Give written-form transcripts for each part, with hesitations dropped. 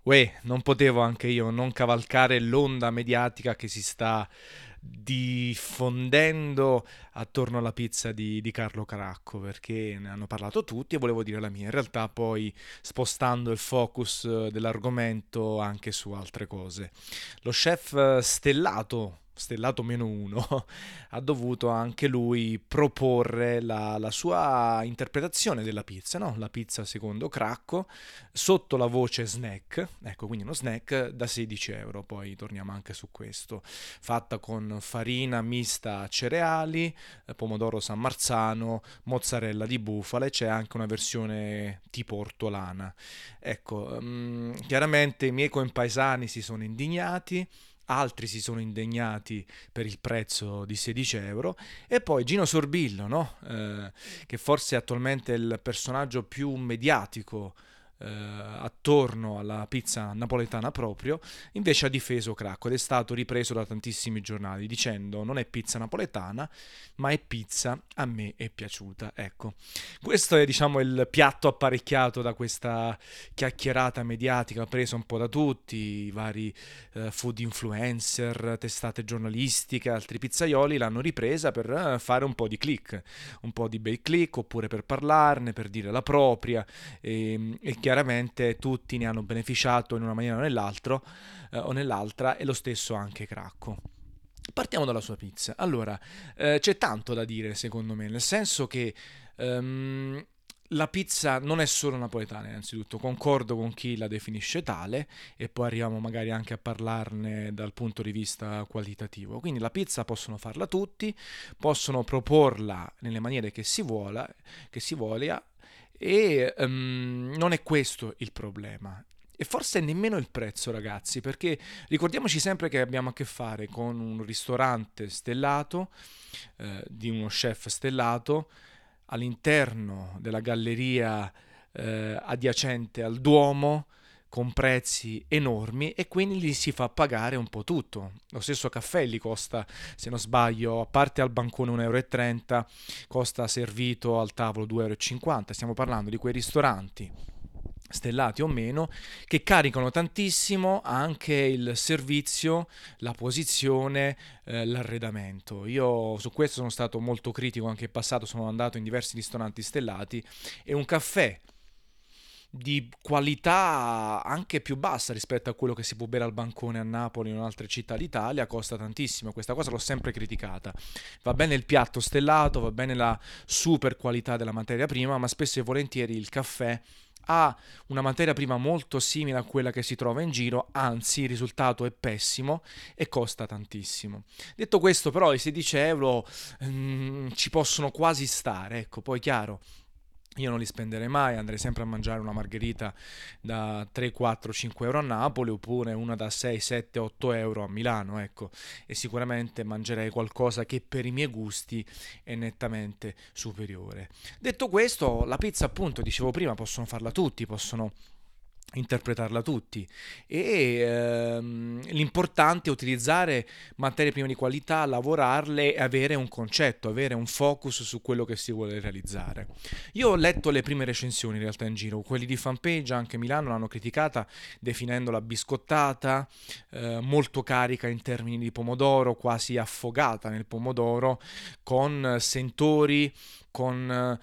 Uè, non potevo anche io non cavalcare l'onda mediatica che si sta diffondendo attorno alla pizza di Carlo Caracco, perché ne hanno parlato tutti e volevo dire la mia. In realtà poi spostando il focus dell'argomento anche su altre cose. Lo chef stellato meno uno, ha dovuto anche lui proporre la sua interpretazione della pizza, no? La pizza secondo Cracco, sotto la voce snack, ecco quindi uno snack da 16 euro, poi torniamo anche su questo, fatta con farina mista a cereali, pomodoro San Marzano, mozzarella di bufala e c'è anche una versione tipo ortolana. Ecco, chiaramente i miei compaesani si sono indignati, altri si sono indegnati per il prezzo di 16 euro e poi Gino Sorbillo, no? Che forse è attualmente il personaggio più mediatico attorno alla pizza napoletana proprio, invece ha difeso Cracco ed è stato ripreso da tantissimi giornali dicendo non è pizza napoletana, ma è pizza, a me è piaciuta. Ecco, questo è diciamo il piatto apparecchiato da questa chiacchierata mediatica presa un po' da tutti, i vari food influencer, testate giornalistiche, altri pizzaioli l'hanno ripresa per fare un po' di click, un po' di bei click oppure per parlarne, per dire la propria e chiaramente tutti ne hanno beneficiato in una maniera o nell'altra e lo stesso anche Cracco. Partiamo dalla sua pizza. Allora, c'è tanto da dire secondo me, nel senso che ehm, la pizza non è solo napoletana, innanzitutto, concordo con chi la definisce tale e poi arriviamo magari anche a parlarne dal punto di vista qualitativo. Quindi la pizza possono farla tutti, possono proporla nelle maniere che si voglia e non è questo il problema. E forse nemmeno il prezzo, ragazzi, perché ricordiamoci sempre che abbiamo a che fare con un ristorante stellato, di uno chef stellato, all'interno della galleria adiacente al Duomo, con prezzi enormi e quindi gli si fa pagare un po' tutto. Lo stesso caffè gli costa, se non sbaglio, a parte al bancone 1,30 euro, costa servito al tavolo 2,50 euro. Stiamo parlando di quei ristoranti stellati o meno, che caricano tantissimo anche il servizio, la posizione, l'arredamento. Io su questo sono stato molto critico anche in passato, sono andato in diversi ristoranti stellati e un caffè di qualità anche più bassa rispetto a quello che si può bere al bancone a Napoli o in altre città d'Italia costa tantissimo. Questa cosa l'ho sempre criticata. Va bene il piatto stellato, va bene la super qualità della materia prima, ma spesso e volentieri il caffè ha una materia prima molto simile a quella che si trova in giro, anzi il risultato è pessimo e costa tantissimo. Detto questo, però, i 16 euro ci possono quasi stare, ecco, poi chiaro. Io non li spenderei mai, andrei sempre a mangiare una margherita da 3, 4, 5 euro a Napoli oppure una da 6, 7, 8 euro a Milano, ecco, e sicuramente mangerei qualcosa che per i miei gusti è nettamente superiore. Detto questo, la pizza appunto, dicevo prima, possono farla tutti, possono interpretarla tutti e l'importante è utilizzare materie prime di qualità, lavorarle e avere un concetto, avere un focus su quello che si vuole realizzare. Io ho letto le prime recensioni in realtà in giro, quelli di fanpage, anche Milano l'hanno criticata definendola biscottata, molto carica in termini di pomodoro, quasi affogata nel pomodoro, con sentori, con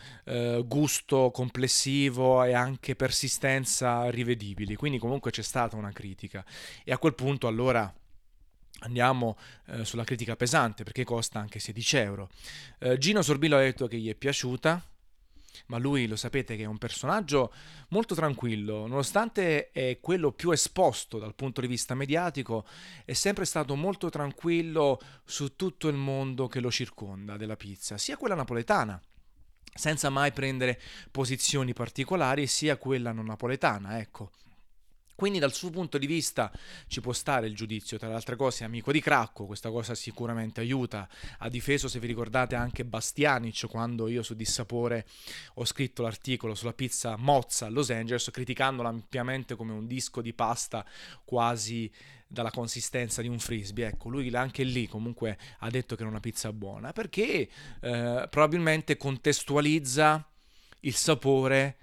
gusto complessivo e anche persistenza rivedibili. Quindi comunque c'è stata una critica. E a quel punto allora andiamo sulla critica pesante perché costa anche 16 euro. Gino Sorbillo ha detto che gli è piaciuta, ma lui lo sapete che è un personaggio molto tranquillo, nonostante è quello più esposto dal punto di vista mediatico, è sempre stato molto tranquillo su tutto il mondo che lo circonda della pizza, sia quella napoletana senza mai prendere posizioni particolari, sia quella non napoletana, ecco. Quindi dal suo punto di vista ci può stare il giudizio, tra le altre cose è amico di Cracco, questa cosa sicuramente aiuta, ha difeso se vi ricordate anche Bastianic quando io su Dissapore ho scritto l'articolo sulla pizza Mozza a Los Angeles criticandola ampiamente come un disco di pasta quasi dalla consistenza di un frisbee, ecco lui anche lì comunque ha detto che era una pizza buona perché probabilmente contestualizza il sapore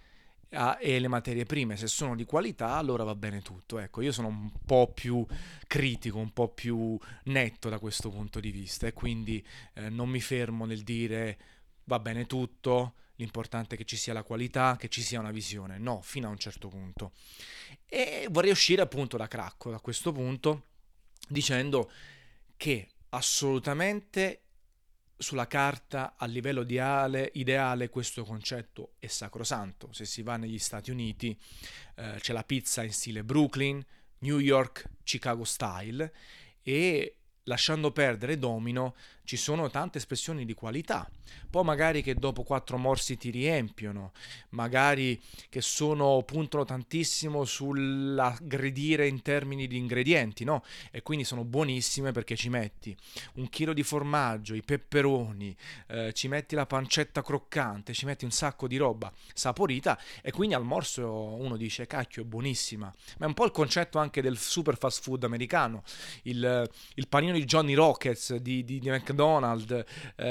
e le materie prime, se sono di qualità, allora va bene tutto. Ecco, io sono un po' più critico, un po' più netto da questo punto di vista e quindi non mi fermo nel dire va bene tutto, l'importante è che ci sia la qualità, che ci sia una visione. No, fino a un certo punto. E vorrei uscire appunto da Cracco da questo punto dicendo che assolutamente sulla carta a livello ideale questo concetto è sacrosanto. Se si va negli Stati Uniti c'è la pizza in stile Brooklyn, New York, Chicago style e lasciando perdere Domino ci sono tante espressioni di qualità. Poi magari che dopo quattro morsi ti riempiono, magari che puntano tantissimo sull'aggredire in termini di ingredienti, no? E quindi sono buonissime perché ci metti un chilo di formaggio, i peperoni, ci metti la pancetta croccante, ci metti un sacco di roba saporita e quindi al morso uno dice cacchio è buonissima. Ma è un po' il concetto anche del super fast food americano, il panino di Johnny Rockets, di McDonald's,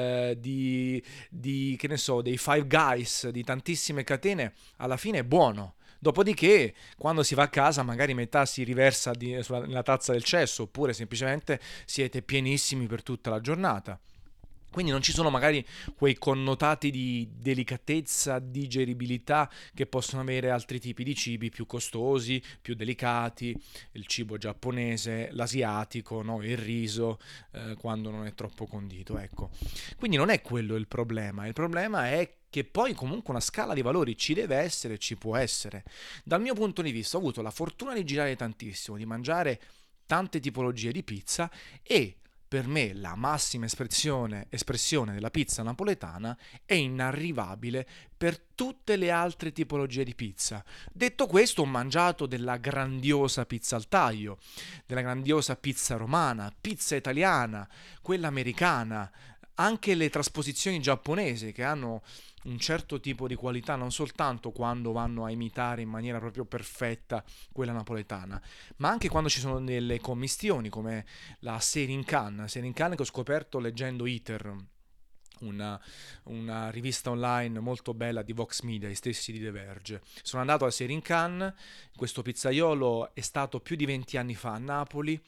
che ne so, dei Five Guys, di tantissime catene, alla fine è buono. Dopodiché, quando si va a casa, magari metà si riversa nella tazza del cesso, oppure semplicemente siete pienissimi per tutta la giornata. Quindi non ci sono magari quei connotati di delicatezza, digeribilità che possono avere altri tipi di cibi più costosi, più delicati, il cibo giapponese, l'asiatico, no? Il riso, quando non è troppo condito, ecco. Quindi non è quello il problema è che poi comunque una scala di valori ci deve essere, ci può essere. Dal mio punto di vista ho avuto la fortuna di girare tantissimo, di mangiare tante tipologie di pizza e per me la massima espressione della pizza napoletana è inarrivabile per tutte le altre tipologie di pizza. Detto questo, ho mangiato della grandiosa pizza al taglio, della grandiosa pizza romana, pizza italiana, quella americana, anche le trasposizioni giapponesi che hanno un certo tipo di qualità non soltanto quando vanno a imitare in maniera proprio perfetta quella napoletana, ma anche quando ci sono delle commistioni come la Seirinkan che ho scoperto leggendo Iter, una, una rivista online molto bella di Vox Media, gli stessi di The Verge. Sono andato a Seirinkan, questo pizzaiolo è stato più di 20 anni fa a Napoli,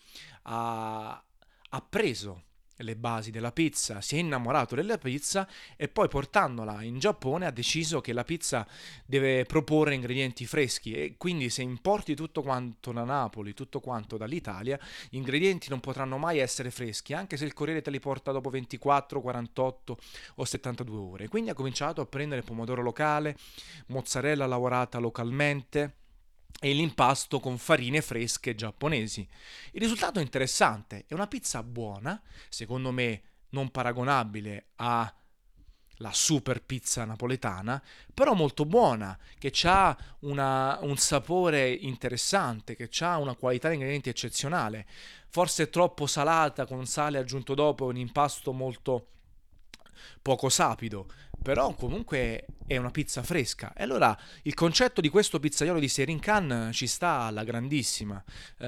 ha preso le basi della pizza, si è innamorato della pizza e poi portandola in Giappone ha deciso che la pizza deve proporre ingredienti freschi e quindi se importi tutto quanto da Napoli, tutto quanto dall'Italia, gli ingredienti non potranno mai essere freschi, anche se il corriere te li porta dopo 24, 48 o 72 ore. Quindi ha cominciato a prendere pomodoro locale, mozzarella lavorata localmente e l'impasto con farine fresche giapponesi. Il risultato è interessante, è una pizza buona, secondo me non paragonabile a la super pizza napoletana, però molto buona, che ha un sapore interessante, che ha una qualità di ingredienti eccezionale. Forse troppo salata con sale aggiunto dopo, un impasto molto poco sapido, però comunque è una pizza fresca. E allora il concetto di questo pizzaiolo di Serincan ci sta alla grandissima.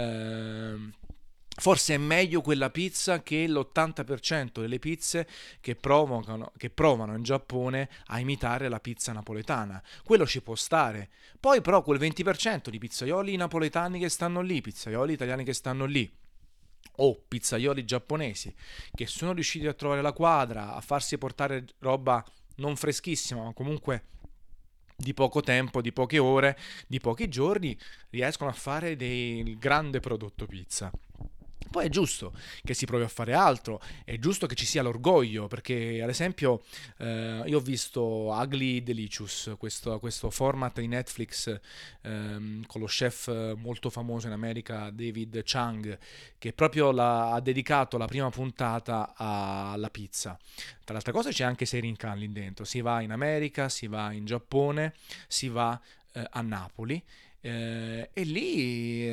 Forse è meglio quella pizza che l'80% delle pizze che provano in Giappone a imitare la pizza napoletana. Quello ci può stare. Poi però quel 20% di pizzaioli napoletani che stanno lì, pizzaioli italiani che stanno lì, o pizzaioli giapponesi che sono riusciti a trovare la quadra, a farsi portare roba non freschissima, ma comunque di poco tempo, di poche ore, di pochi giorni, riescono a fare del grande prodotto pizza. Poi è giusto che si provi a fare altro, è giusto che ci sia l'orgoglio, perché ad esempio io ho visto Ugly Delicious, questo format di Netflix con lo chef molto famoso in America, David Chang, che proprio ha dedicato la prima puntata alla pizza. Tra le altre cose c'è anche Seirin Khan lì dentro, si va in America, si va in Giappone, si va a Napoli e lì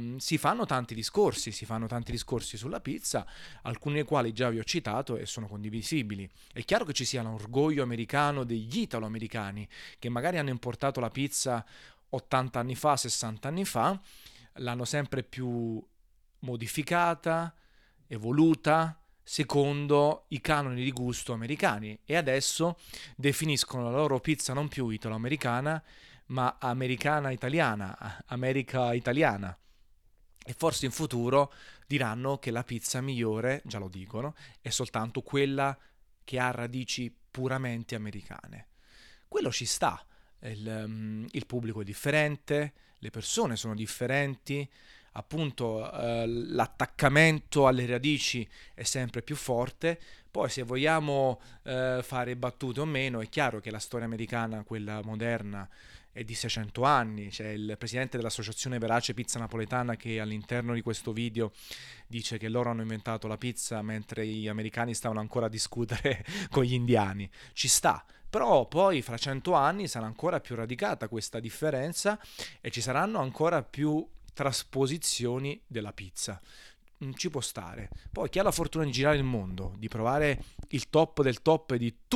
si fanno tanti discorsi sulla pizza, alcuni dei quali già vi ho citato e sono condivisibili. È chiaro che ci sia l'orgoglio americano degli italo-americani che magari hanno importato la pizza 80 anni fa, 60 anni fa, l'hanno sempre più modificata, evoluta secondo i canoni di gusto americani e adesso definiscono la loro pizza non più italo-americana ma americana italiana, America italiana. E forse in futuro diranno che la pizza migliore, già lo dicono, è soltanto quella che ha radici puramente americane. Quello ci sta, il pubblico è differente, le persone sono differenti, appunto l'attaccamento alle radici è sempre più forte. Poi se vogliamo fare battute o meno, è chiaro che la storia americana, quella moderna, è di 600 anni. C'è il presidente dell'associazione Verace Pizza Napoletana che all'interno di questo video dice che loro hanno inventato la pizza mentre gli americani stavano ancora a discutere con gli indiani. Ci sta, però poi fra 100 anni sarà ancora più radicata questa differenza e ci saranno ancora più trasposizioni della pizza. Ci può stare. Poi chi ha la fortuna di girare il mondo, di provare il top del top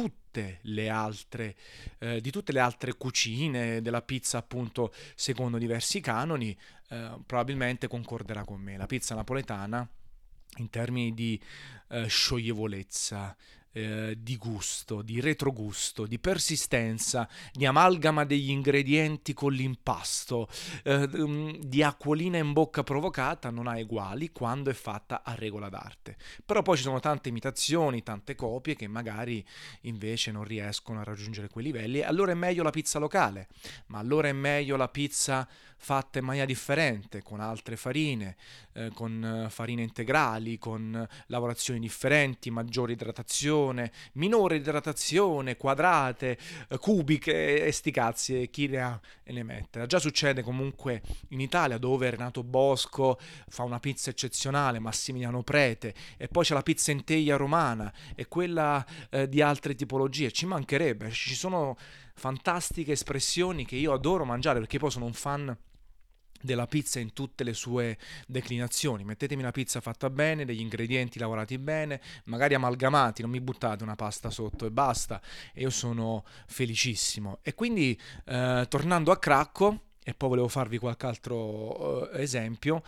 di tutte le altre cucine della pizza, appunto, secondo diversi canoni, probabilmente concorderà con me. La pizza napoletana, in termini di scioglievolezza, di gusto, di retrogusto, di persistenza, di amalgama degli ingredienti con l'impasto, di acquolina in bocca provocata, non ha eguali quando è fatta a regola d'arte. Però poi ci sono tante imitazioni, tante copie che magari invece non riescono a raggiungere quei livelli, e allora è meglio la pizza locale, ma allora è meglio la pizza fatta in maniera differente, con altre farine, con farine integrali, con lavorazioni differenti, maggiore idratazione, minore idratazione, quadrate, cubiche e sti cazzi, e chi ne ha e ne mette. Già succede comunque in Italia, dove Renato Bosco fa una pizza eccezionale, Massimiliano Prete, e poi c'è la pizza in teglia romana e quella di altre tipologie. Ci mancherebbe, ci sono fantastiche espressioni che io adoro mangiare, perché poi sono un fan della pizza in tutte le sue declinazioni. Mettetemi una pizza fatta bene, degli ingredienti lavorati bene, magari amalgamati, non mi buttate una pasta sotto e basta, e io sono felicissimo. E quindi tornando a Cracco, e poi volevo farvi qualche altro esempio,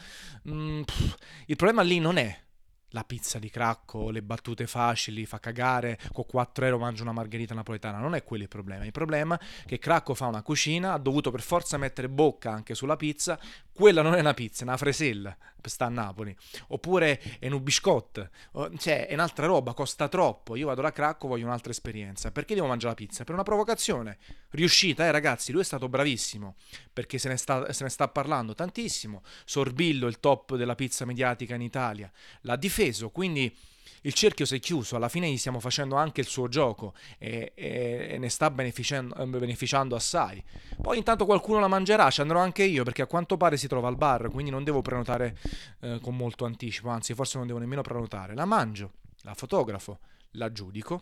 il problema lì non è la pizza di Cracco, le battute facili, fa cagare, con 4 euro mangio una margherita napoletana, non è quello il problema è che Cracco fa una cucina, ha dovuto per forza mettere bocca anche sulla pizza, quella non è una pizza, è una fresella, sta a Napoli, oppure è un biscotto, cioè è un'altra roba, costa troppo, io vado da Cracco, voglio un'altra esperienza, perché devo mangiare la pizza? Per una provocazione, riuscita, ragazzi, lui è stato bravissimo, perché se ne sta parlando tantissimo, Sorbillo, il top della pizza mediatica in Italia, l'ha difeso, quindi il cerchio si è chiuso, alla fine gli stiamo facendo anche il suo gioco e ne sta beneficiando assai. Poi intanto qualcuno la mangerà, ci andrò anche io, perché a quanto pare si trova al bar, quindi non devo prenotare con molto anticipo, anzi forse non devo nemmeno prenotare, la mangio, la fotografo, la giudico.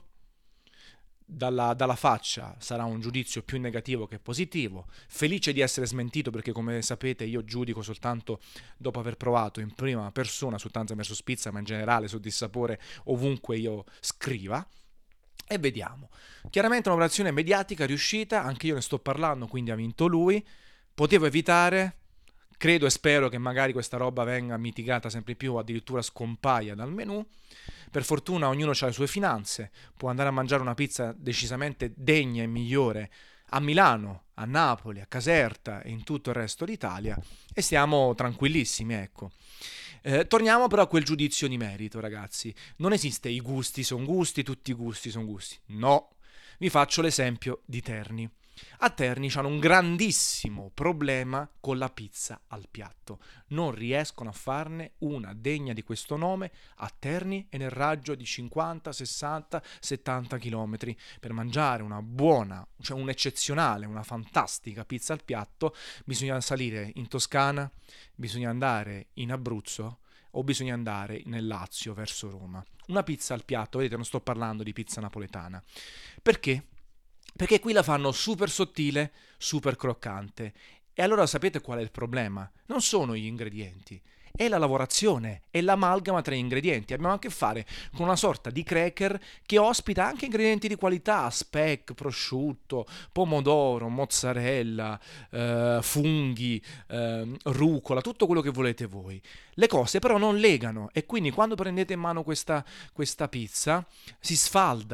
Dalla faccia sarà un giudizio più negativo che positivo, felice di essere smentito, perché come sapete io giudico soltanto dopo aver provato in prima persona su Tanzamer su Spizza, ma in generale su Dissapore ovunque io scriva, e vediamo. Chiaramente un'operazione mediatica riuscita, anche io ne sto parlando, quindi ha vinto lui, potevo evitare. Credo e spero che magari questa roba venga mitigata sempre più o addirittura scompaia dal menù. Per fortuna ognuno ha le sue finanze, può andare a mangiare una pizza decisamente degna e migliore a Milano, a Napoli, a Caserta e in tutto il resto d'Italia, e siamo tranquillissimi, ecco. Torniamo però a quel giudizio di merito, ragazzi. Non esiste i gusti sono gusti, tutti i gusti sono gusti. No, vi faccio l'esempio di Terni. A Terni hanno un grandissimo problema con la pizza al piatto. Non riescono a farne una degna di questo nome a Terni e nel raggio di 50, 60, 70 km. Per mangiare una buona, cioè un'eccezionale, una fantastica pizza al piatto, bisogna salire in Toscana, bisogna andare in Abruzzo o bisogna andare nel Lazio verso Roma. Una pizza al piatto, vedete, non sto parlando di pizza napoletana. Perché? Perché qui la fanno super sottile, super croccante. E allora sapete qual è il problema? Non sono gli ingredienti, è la lavorazione, è l'amalgama tra gli ingredienti. Abbiamo a che fare con una sorta di cracker che ospita anche ingredienti di qualità, speck, prosciutto, pomodoro, mozzarella, funghi, rucola, tutto quello che volete voi. Le cose però non legano, e quindi quando prendete in mano questa pizza si sfalda,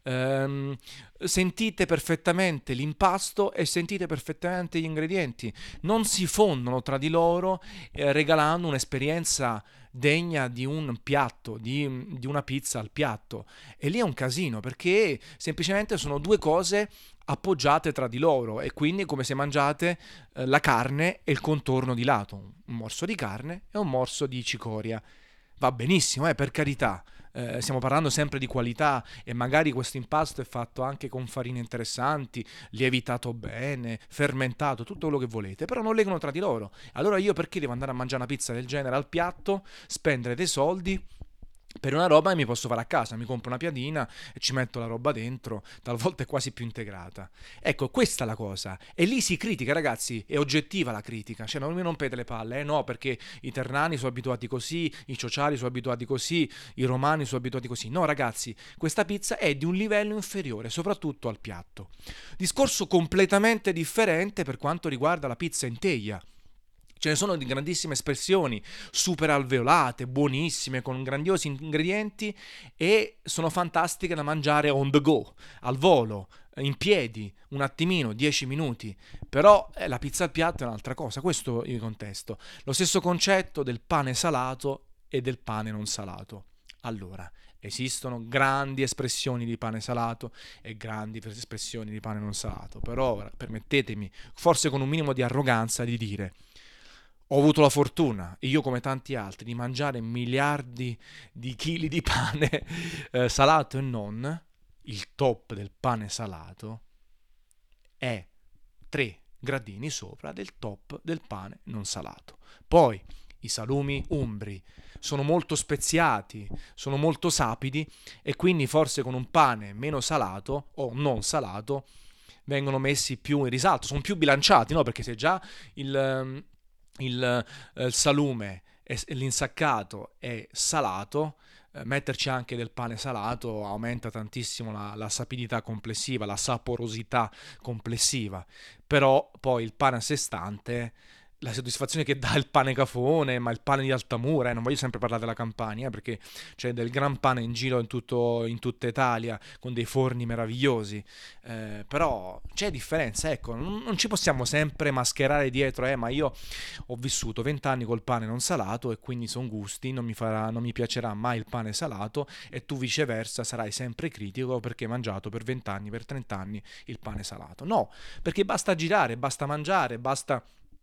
Ehm, Sentite perfettamente l'impasto e sentite perfettamente gli ingredienti. Non si fondono tra di loro, regalando un'esperienza degna di un piatto, di una pizza al piatto. E lì è un casino perché semplicemente sono due cose appoggiate tra di loro e quindi è come se mangiate la carne e il contorno di lato, un morso di carne e un morso di cicoria. Va benissimo, per carità. Stiamo parlando sempre di qualità e magari questo impasto è fatto anche con farine interessanti, lievitato bene, fermentato, tutto quello che volete, però non legano tra di loro. Allora io perché devo andare a mangiare una pizza del genere al piatto, spendere dei soldi per una roba che mi posso fare a casa? Mi compro una piadina e ci metto la roba dentro, talvolta è quasi più integrata. Ecco, questa è la cosa. E lì si critica, ragazzi, è oggettiva la critica. Cioè, non mi rompete le palle, no, perché i ternani sono abituati così, i ciociari sono abituati così, i romani sono abituati così. No, ragazzi, questa pizza è di un livello inferiore, soprattutto al piatto. Discorso completamente differente per quanto riguarda la pizza in teglia. Ce ne sono di grandissime espressioni, super alveolate, buonissime, con grandiosi ingredienti e sono fantastiche da mangiare on the go, al volo, in piedi, un attimino, 10 minuti. Però la pizza al piatto è un'altra cosa, questo io contesto. Lo stesso concetto del pane salato e del pane non salato. Allora, esistono grandi espressioni di pane salato e grandi espressioni di pane non salato, però ora, permettetemi, forse con un minimo di arroganza, di dire: ho avuto la fortuna, io come tanti altri, di mangiare miliardi di chili di pane salato e non. Il top del pane salato è 3 gradini sopra del top del pane non salato. Poi i salumi umbri sono molto speziati, sono molto sapidi e quindi forse con un pane meno salato o non salato vengono messi più in risalto, sono più bilanciati, no? Perché se già il salume e l'insaccato è salato, metterci anche del pane salato aumenta tantissimo la sapidità complessiva, la saporosità complessiva. Però poi il pane a sé stante, la soddisfazione che dà il pane cafone, ma il pane di Altamura, non voglio sempre parlare della Campania, perché c'è del gran pane in giro in tutta Italia, con dei forni meravigliosi, però c'è differenza, ecco, non ci possiamo sempre mascherare dietro, ma io ho vissuto 20 anni col pane non salato e quindi sono gusti, non mi piacerà mai il pane salato e tu viceversa sarai sempre critico perché hai mangiato per 20 anni, per 30 anni il pane salato. No, perché basta girare, basta mangiare, basta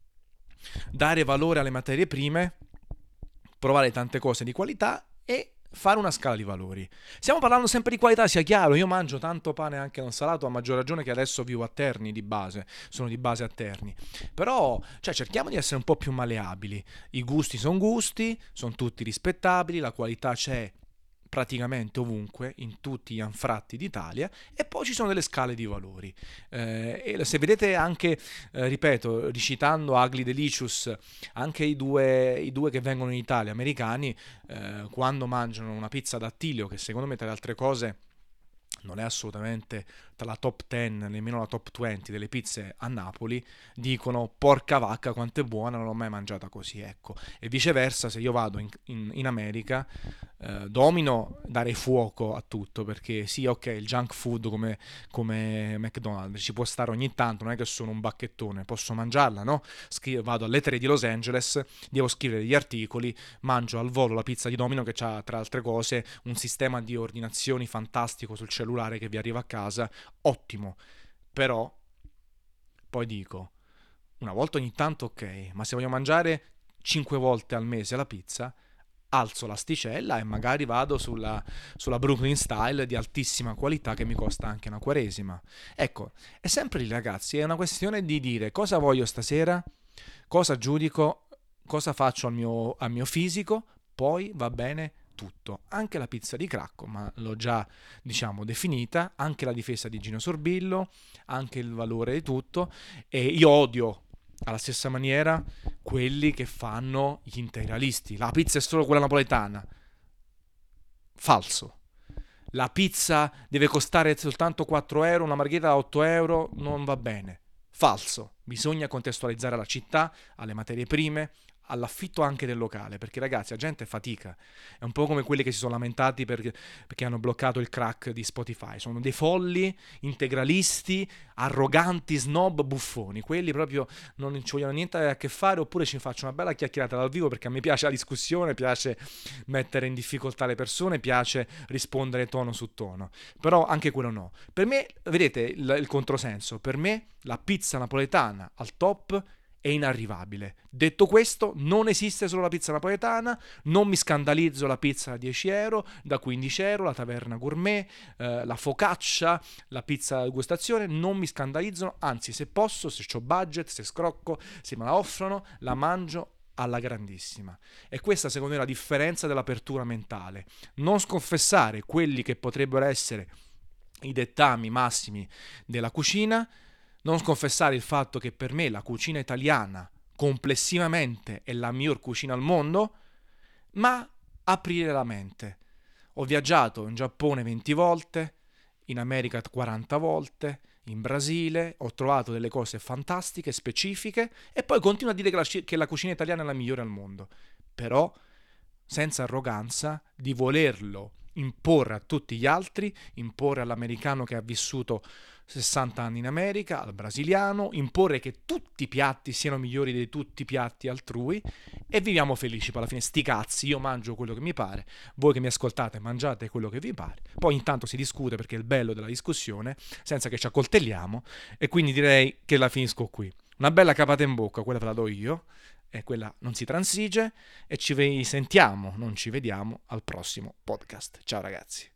dare valore alle materie prime, provare tante cose di qualità e fare una scala di valori. Stiamo parlando sempre di qualità, sia chiaro, io mangio tanto pane anche non salato, a maggior ragione che adesso vivo a Terni di base, sono di base a Terni. Però, cioè, cerchiamo di essere un po' più malleabili. I gusti, sono tutti rispettabili, la qualità c'è praticamente ovunque, in tutti gli anfratti d'Italia, e poi ci sono delle scale di valori. E se vedete anche, ripeto, ricitando Ugly Delicious, anche i due che vengono in Italia, americani, quando mangiano una pizza d'attilio, che secondo me tra le altre cose non è assolutamente tra la top 10, nemmeno la top 20 delle pizze a Napoli, dicono porca vacca quanto è buona, non l'ho mai mangiata così, ecco. E viceversa, se io vado in America, domino dare fuoco a tutto, perché sì, ok, il junk food come McDonald's ci può stare ogni tanto, non è che sono un bacchettone, posso mangiarla, no? Vado alle 3 di Los Angeles, devo scrivere degli articoli, mangio al volo la pizza di Domino che ha tra altre cose un sistema di ordinazioni fantastico sul cellulare che vi arriva a casa, ottimo. Però poi dico, una volta ogni tanto ok, ma se voglio mangiare 5 volte al mese la pizza, alzo l'asticella e magari vado sulla Brooklyn Style di altissima qualità che mi costa anche una quaresima. Ecco, è sempre lì, ragazzi, è una questione di dire cosa voglio stasera, cosa giudico, cosa faccio al mio fisico, poi va bene tutto, anche la pizza di Cracco, ma l'ho già, diciamo, definita, anche la difesa di Gino Sorbillo, anche il valore di tutto, e io odio alla stessa maniera quelli che fanno gli integralisti. La pizza è solo quella napoletana. Falso. La pizza deve costare soltanto 4 euro, una margherita da 8 euro, non va bene. Falso. Bisogna contestualizzare la città, alle materie prime, all'affitto anche del locale, perché ragazzi, la gente fatica. È un po' come quelli che si sono lamentati perché hanno bloccato il crack di Spotify. Sono dei folli, integralisti, arroganti, snob, buffoni. Quelli proprio non ci vogliono niente a che fare, oppure ci faccio una bella chiacchierata dal vivo perché a me piace la discussione, piace mettere in difficoltà le persone, piace rispondere tono su tono. Però anche quello no. Per me, vedete il controsenso, per me la pizza napoletana al top è inarrivabile. Detto questo, non esiste solo la pizza napoletana, non mi scandalizzo la pizza da 10 euro, da 15 euro, la taverna gourmet, la focaccia, la pizza da degustazione, non mi scandalizzano, anzi se posso, se ho budget, se scrocco, se me la offrono, la mangio alla grandissima. E questa secondo me è la differenza dell'apertura mentale. Non sconfessare quelli che potrebbero essere i dettami massimi della cucina, non sconfessare il fatto che per me la cucina italiana complessivamente è la miglior cucina al mondo, ma aprire la mente. Ho viaggiato in Giappone 20 volte, in America 40 volte, in Brasile, ho trovato delle cose fantastiche, specifiche, e poi continuo a dire che la cucina italiana è la migliore al mondo. Però senza arroganza di volerlo imporre a tutti gli altri, imporre all'americano che ha vissuto 60 anni in America, al brasiliano, imporre che tutti i piatti siano migliori di tutti i piatti altrui e viviamo felici. Poi alla fine sti cazzi, io mangio quello che mi pare, voi che mi ascoltate mangiate quello che vi pare, poi intanto si discute perché è il bello della discussione, senza che ci accoltelliamo, e quindi direi che la finisco qui. Una bella capata in bocca, quella ve la do io, e quella non si transige, e ci sentiamo, non ci vediamo al prossimo podcast. Ciao ragazzi.